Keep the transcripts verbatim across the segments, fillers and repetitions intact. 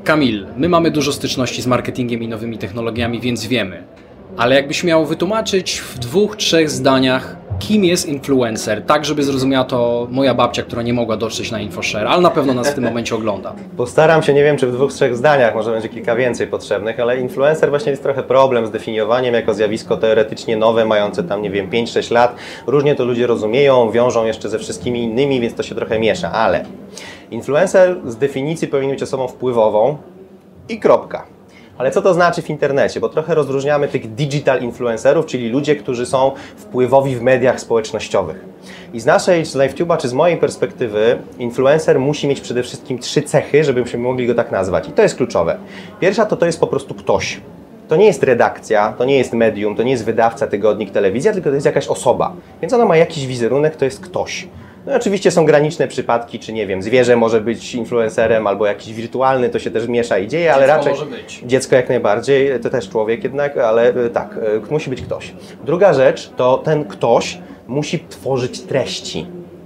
Kamil, my mamy dużo styczności z marketingiem i nowymi technologiami, więc wiemy. Ale jakbyś miał wytłumaczyć w dwóch, trzech zdaniach, kim jest influencer, tak żeby zrozumiała to moja babcia, która nie mogła dotrzeć na InfoShare, ale na pewno nas w tym momencie ogląda. Postaram się, nie wiem czy w dwóch, trzech zdaniach, może będzie kilka więcej potrzebnych, ale influencer właśnie jest trochę problem z definiowaniem jako zjawisko teoretycznie nowe, mające tam, nie wiem, pięć sześć lat. Różnie to ludzie rozumieją, wiążą jeszcze ze wszystkimi innymi, więc to się trochę miesza, ale influencer z definicji powinien być osobą wpływową i kropka. Ale co to znaczy w internecie? Bo trochę rozróżniamy tych digital influencerów, czyli ludzie, którzy są wpływowi w mediach społecznościowych. I z naszej, z LiveTube'a, czy z mojej perspektywy, influencer musi mieć przede wszystkim trzy cechy, żebyśmy mogli go tak nazwać. I to jest kluczowe. Pierwsza to to jest po prostu ktoś. To nie jest redakcja, to nie jest medium, to nie jest wydawca, tygodnik, telewizja, tylko to jest jakaś osoba. Więc ona ma jakiś wizerunek, to jest ktoś. No i oczywiście są graniczne przypadki, czy nie wiem, zwierzę może być influencerem, albo jakiś wirtualny, to się też miesza i dzieje, ale dziecko raczej może być. Dziecko jak najbardziej, to też człowiek jednak, ale tak, musi być ktoś. Druga rzecz, to ten ktoś musi tworzyć treści.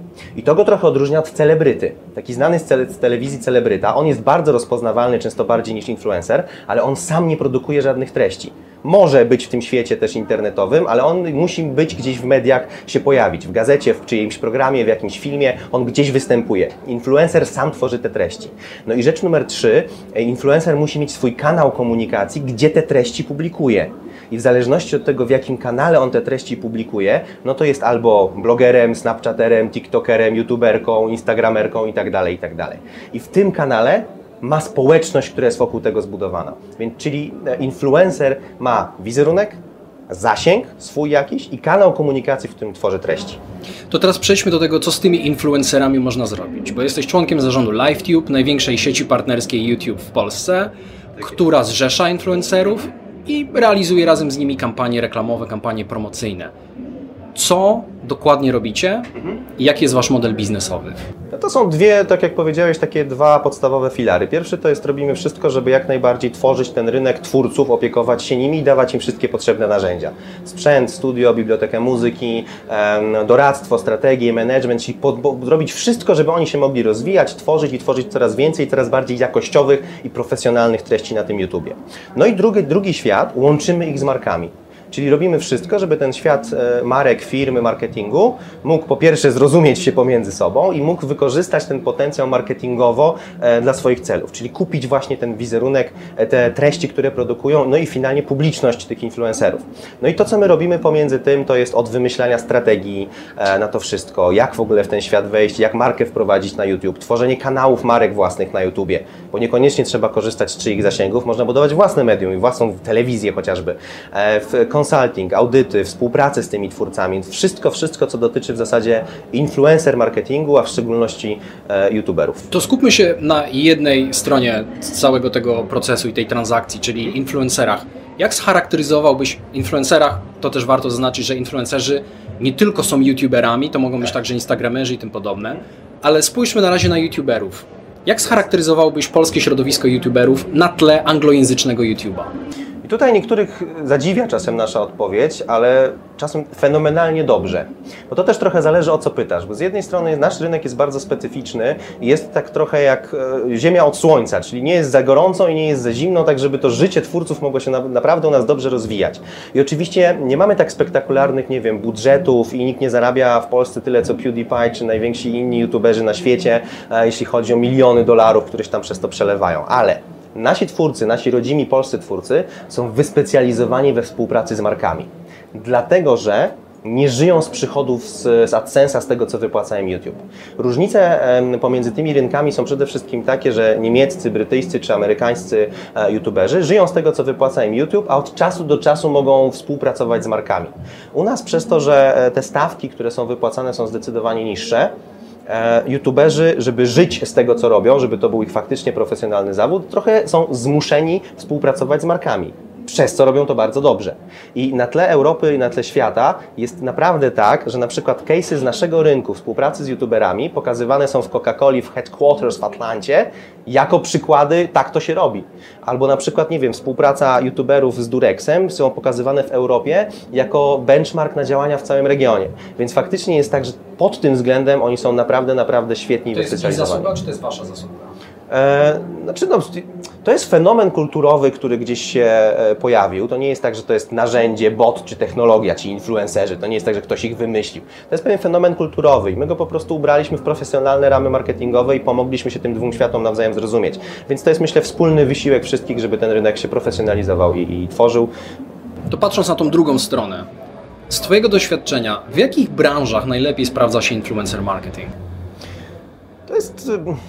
I to go trochę odróżnia od celebryty. Taki znany z, tele, z telewizji celebryta, on jest bardzo rozpoznawalny, często bardziej niż influencer, ale on sam nie produkuje żadnych treści. Może być w tym świecie też internetowym, ale on musi być gdzieś w mediach, się pojawić, w gazecie, w czyimś programie, w jakimś filmie, on gdzieś występuje. Influencer sam tworzy te treści. No i rzecz numer trzy, influencer musi mieć swój kanał komunikacji, gdzie te treści publikuje. I w zależności od tego, w jakim kanale on te treści publikuje, no to jest albo blogerem, snapchaterem, tiktokerem, youtuberką, instagramerką itd., itd. I w tym kanale ma społeczność, która jest wokół tego zbudowana. Więc, czyli influencer ma wizerunek, zasięg swój jakiś i kanał komunikacji, w którym tworzy treści. To teraz przejdźmy do tego, co z tymi influencerami można zrobić, bo jesteś członkiem zarządu LiveTube, największej sieci partnerskiej YouTube w Polsce, która zrzesza influencerów i realizuje razem z nimi kampanie reklamowe, kampanie promocyjne. Co dokładnie robicie i jaki jest Wasz model biznesowy? No to są dwie, tak jak powiedziałeś, takie dwa podstawowe filary. Pierwszy to jest, robimy wszystko, żeby jak najbardziej tworzyć ten rynek twórców, opiekować się nimi i dawać im wszystkie potrzebne narzędzia. Sprzęt, studio, bibliotekę muzyki, doradztwo, strategię, management, czyli pod, zrobić wszystko, żeby oni się mogli rozwijać, tworzyć i tworzyć coraz więcej, coraz bardziej jakościowych i profesjonalnych treści na tym YouTubie. No i drugi, drugi świat, łączymy ich z markami. Czyli robimy wszystko, żeby ten świat marek, firmy, marketingu mógł po pierwsze zrozumieć się pomiędzy sobą i mógł wykorzystać ten potencjał marketingowo dla swoich celów. Czyli kupić właśnie ten wizerunek, te treści, które produkują, no i finalnie publiczność tych influencerów. No i to, co my robimy pomiędzy tym, to jest od wymyślania strategii na to wszystko, jak w ogóle w ten świat wejść, jak markę wprowadzić na YouTube, tworzenie kanałów marek własnych na YouTubie, bo niekoniecznie trzeba korzystać z czyich zasięgów, można budować własne medium i własną telewizję chociażby, w consulting, audyty, współpracę z tymi twórcami, wszystko, wszystko, co dotyczy w zasadzie influencer marketingu, a w szczególności e, youtuberów. To skupmy się na jednej stronie całego tego procesu i tej transakcji, czyli influencerach. Jak scharakteryzowałbyś influencerach? To też warto zaznaczyć, że influencerzy nie tylko są youtuberami, to mogą być także instagramerzy i tym podobne, ale spójrzmy na razie na youtuberów. Jak scharakteryzowałbyś polskie środowisko youtuberów na tle anglojęzycznego YouTube'a? I tutaj niektórych zadziwia czasem nasza odpowiedź, ale czasem fenomenalnie dobrze. Bo to też trochę zależy, o co pytasz, bo z jednej strony nasz rynek jest bardzo specyficzny i jest tak trochę jak ziemia od słońca, czyli nie jest za gorąco i nie jest za zimno, tak żeby to życie twórców mogło się na, naprawdę u nas dobrze rozwijać. I oczywiście nie mamy tak spektakularnych, nie wiem, budżetów i nikt nie zarabia w Polsce tyle, co PewDiePie czy najwięksi inni youtuberzy na świecie, jeśli chodzi o miliony dolarów, które się tam przez to przelewają, ale nasi twórcy, nasi rodzimi polscy twórcy są wyspecjalizowani we współpracy z markami. Dlatego, że nie żyją z przychodów z, z AdSense'a, z tego, co wypłaca im YouTube. Różnice pomiędzy tymi rynkami są przede wszystkim takie, że niemieccy, brytyjscy czy amerykańscy youtuberzy żyją z tego, co wypłaca im YouTube, a od czasu do czasu mogą współpracować z markami. U nas przez to, że te stawki, które są wypłacane, są zdecydowanie niższe, YouTuberzy, żeby żyć z tego, co robią, żeby to był ich faktycznie profesjonalny zawód, trochę są zmuszeni współpracować z markami. Przez co robią to bardzo dobrze. I na tle Europy i na tle świata jest naprawdę tak, że na przykład case'y z naszego rynku współpracy z youtuberami pokazywane są w Coca-Coli w headquarters w Atlancie jako przykłady, tak to się robi. Albo na przykład, nie wiem, współpraca youtuberów z Durexem są pokazywane w Europie jako benchmark na działania w całym regionie. Więc faktycznie jest tak, że pod tym względem oni są naprawdę, naprawdę świetni i wyspecjalizowani. To jest ich zasługa, czy to jest Wasza zasługa? E, znaczy no, to jest fenomen kulturowy, który gdzieś się pojawił. To nie jest tak, że to jest narzędzie, bot czy technologia, ci influencerzy. To nie jest tak, że ktoś ich wymyślił. To jest pewien fenomen kulturowy i my go po prostu ubraliśmy w profesjonalne ramy marketingowe i pomogliśmy się tym dwóm światom nawzajem zrozumieć. Więc to jest, myślę, wspólny wysiłek wszystkich, żeby ten rynek się profesjonalizował i, i tworzył. To patrząc na tą drugą stronę, z Twojego doświadczenia, w jakich branżach najlepiej sprawdza się influencer marketing? To jest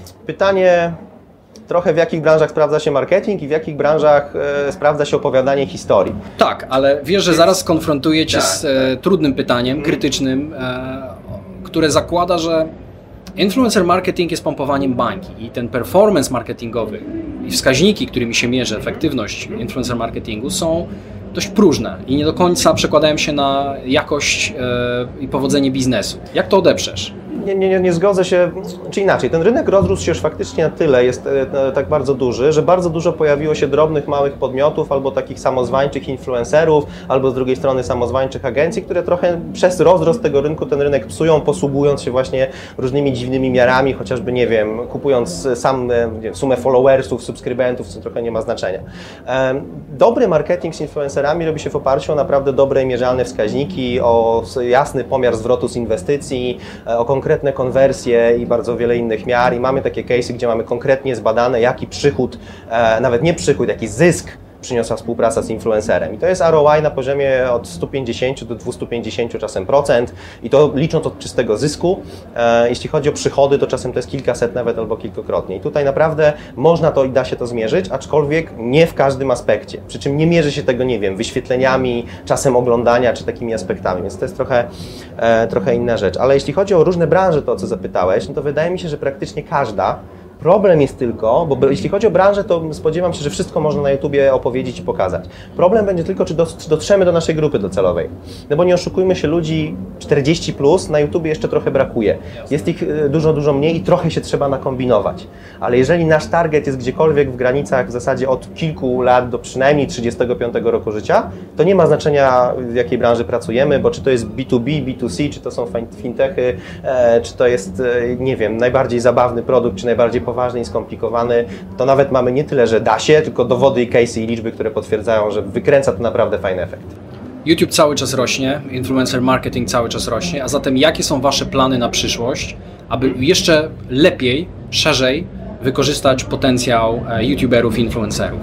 pytanie trochę w jakich branżach sprawdza się marketing i w jakich branżach e, sprawdza się opowiadanie historii. Tak, ale wiesz, że zaraz skonfrontuję Cię tak, z e, trudnym pytaniem, hmm. krytycznym, e, które zakłada, że influencer marketing jest pompowaniem bańki i ten performance marketingowy i wskaźniki, którymi się mierzy efektywność influencer marketingu, są dość próżne i nie do końca przekładają się na jakość e, i powodzenie biznesu. Jak to odeprzesz? Nie, nie, nie zgodzę się, czy inaczej, ten rynek rozrósł się już faktycznie na tyle, jest e, tak bardzo duży, że bardzo dużo pojawiło się drobnych, małych podmiotów, albo takich samozwańczych influencerów, albo z drugiej strony samozwańczych agencji, które trochę przez rozrost tego rynku ten rynek psują, posługując się właśnie różnymi dziwnymi miarami, chociażby, nie wiem, kupując sam wiem, sumę followersów, subskrybentów, co trochę nie ma znaczenia. E, dobry marketing z influencerami robi się w oparciu o naprawdę dobre i mierzalne wskaźniki, o jasny pomiar zwrotu z inwestycji, o konkretne konwersje i bardzo wiele innych miar i mamy takie case'y, gdzie mamy konkretnie zbadane, jaki przychód, e, nawet nie przychód, jaki zysk przyniosła współpraca z influencerem. I to jest R O I na poziomie od stu pięćdziesięciu do dwustu pięćdziesięciu czasem procent i to licząc od czystego zysku. E, jeśli chodzi o przychody, to czasem to jest kilkaset nawet albo kilkakrotnie. I tutaj naprawdę można to i da się to zmierzyć, aczkolwiek nie w każdym aspekcie. Przy czym nie mierzy się tego, nie wiem, wyświetleniami, czasem oglądania czy takimi aspektami, więc to jest trochę, e, trochę inna rzecz. Ale jeśli chodzi o różne branże, to o co zapytałeś, no to wydaje mi się, że praktycznie każda. Problem jest tylko, bo jeśli chodzi o branżę, to spodziewam się, że wszystko można na YouTubie opowiedzieć i pokazać. Problem będzie tylko, czy dotrzemy do naszej grupy docelowej. No bo nie oszukujmy się, ludzi czterdzieści plus na YouTubie jeszcze trochę brakuje. Jest ich dużo, dużo mniej i trochę się trzeba nakombinować. Ale jeżeli nasz target jest gdziekolwiek w granicach w zasadzie od kilku lat do przynajmniej trzydziestego piątego roku życia, to nie ma znaczenia, w jakiej branży pracujemy, bo czy to jest B dwa B, B dwa C, czy to są fintechy, czy to jest, nie wiem, najbardziej zabawny produkt, czy najbardziej poważny i skomplikowany, to nawet mamy nie tyle, że da się, tylko dowody i case'y i liczby, które potwierdzają, że wykręca to naprawdę fajny efekt. YouTube cały czas rośnie, influencer marketing cały czas rośnie, a zatem jakie są Wasze plany na przyszłość, aby jeszcze lepiej, szerzej wykorzystać potencjał YouTuberów, influencerów?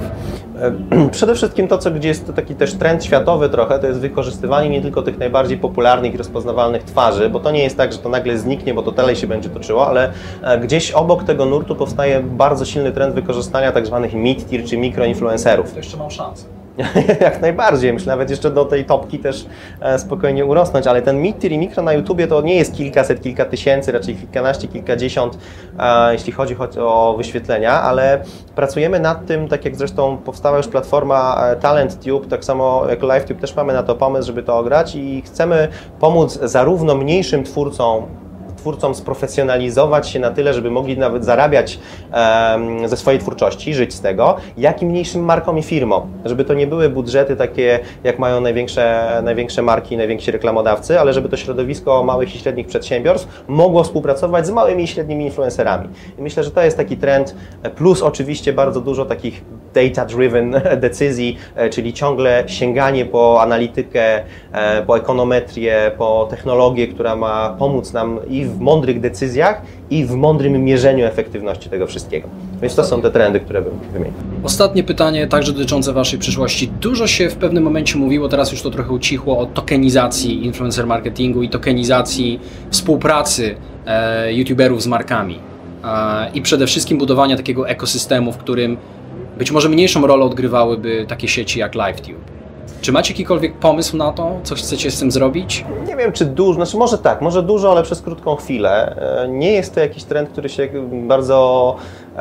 Przede wszystkim to, co gdzie jest to taki też trend światowy trochę, to jest wykorzystywanie nie tylko tych najbardziej popularnych i rozpoznawalnych twarzy, bo to nie jest tak, że to nagle zniknie, bo to dalej się będzie toczyło, ale gdzieś obok tego nurtu powstaje bardzo silny trend wykorzystania tak zwanych mid-tier czy mikroinfluencerów. To jeszcze mam szansę. Jak najbardziej, myślę, nawet jeszcze do tej topki też spokojnie urosnąć, ale ten mid-tier i mikro na YouTubie to nie jest kilkaset, kilka tysięcy, raczej kilkanaście, kilkadziesiąt, jeśli chodzi o wyświetlenia, ale pracujemy nad tym, tak jak zresztą powstała już platforma TalentTube, tak samo jak LiveTube też mamy na to pomysł, żeby to ograć i chcemy pomóc zarówno mniejszym twórcom, twórcom sprofesjonalizować się na tyle, żeby mogli nawet zarabiać um, ze swojej twórczości, żyć z tego, jak i mniejszym markom i firmom. Żeby to nie były budżety takie, jak mają największe, największe marki, najwięksi reklamodawcy, ale żeby to środowisko małych i średnich przedsiębiorstw mogło współpracować z małymi i średnimi influencerami. I myślę, że to jest taki trend, plus oczywiście bardzo dużo takich data-driven decyzji, czyli ciągle sięganie po analitykę, po ekonometrię, po technologię, która ma pomóc nam i w mądrych decyzjach, i w mądrym mierzeniu efektywności tego wszystkiego. Więc to są te trendy, które bym wymienił. Ostatnie pytanie, także dotyczące Waszej przyszłości. Dużo się w pewnym momencie mówiło, teraz już to trochę ucichło, o tokenizacji influencer marketingu i tokenizacji współpracy e, YouTuberów z markami. E, I przede wszystkim budowania takiego ekosystemu, w którym być może mniejszą rolę odgrywałyby takie sieci jak LiveTube. Czy macie jakikolwiek pomysł na to, co chcecie z tym zrobić? Nie wiem, czy dużo, znaczy może tak, może dużo, ale przez krótką chwilę. Nie jest to jakiś trend, który się bardzo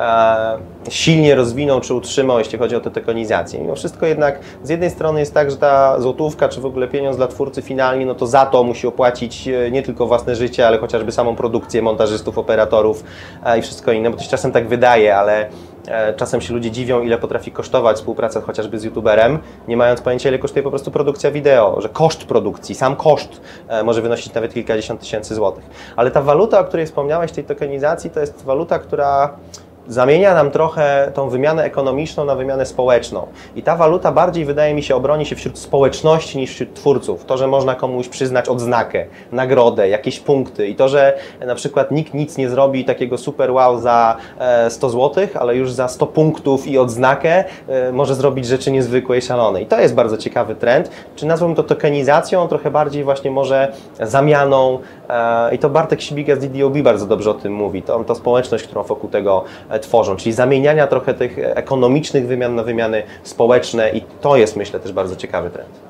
e, silnie rozwinął czy utrzymał, jeśli chodzi o tę tokenizację. Mimo wszystko jednak z jednej strony jest tak, że ta złotówka, czy w ogóle pieniądz dla twórcy finalnie, no to za to musi opłacić nie tylko własne życie, ale chociażby samą produkcję montażystów, operatorów e, i wszystko inne, bo to się czasem tak wydaje, ale czasem się ludzie dziwią, ile potrafi kosztować współpraca chociażby z YouTuberem, nie mając pojęcia, ile kosztuje po prostu produkcja wideo, że koszt produkcji, sam koszt może wynosić nawet kilkadziesiąt tysięcy złotych. Ale ta waluta, o której wspomniałeś, tej tokenizacji, to jest waluta, która zamienia nam trochę tą wymianę ekonomiczną na wymianę społeczną. I ta waluta bardziej, wydaje mi się, obroni się wśród społeczności niż wśród twórców. To, że można komuś przyznać odznakę, nagrodę, jakieś punkty i to, że na przykład nikt nic nie zrobi takiego super wow za sto złotych, ale już za sto punktów i odznakę może zrobić rzeczy niezwykłe i szalone. I to jest bardzo ciekawy trend. Czy nazwałbym to tokenizacją, trochę bardziej właśnie może zamianą. I to Bartek Sibiga z D D O B bardzo dobrze o tym mówi. To, to społeczność, którą wokół tego tworzą, czyli zamieniania trochę tych ekonomicznych wymian na wymiany społeczne i to jest, myślę, też bardzo ciekawy trend.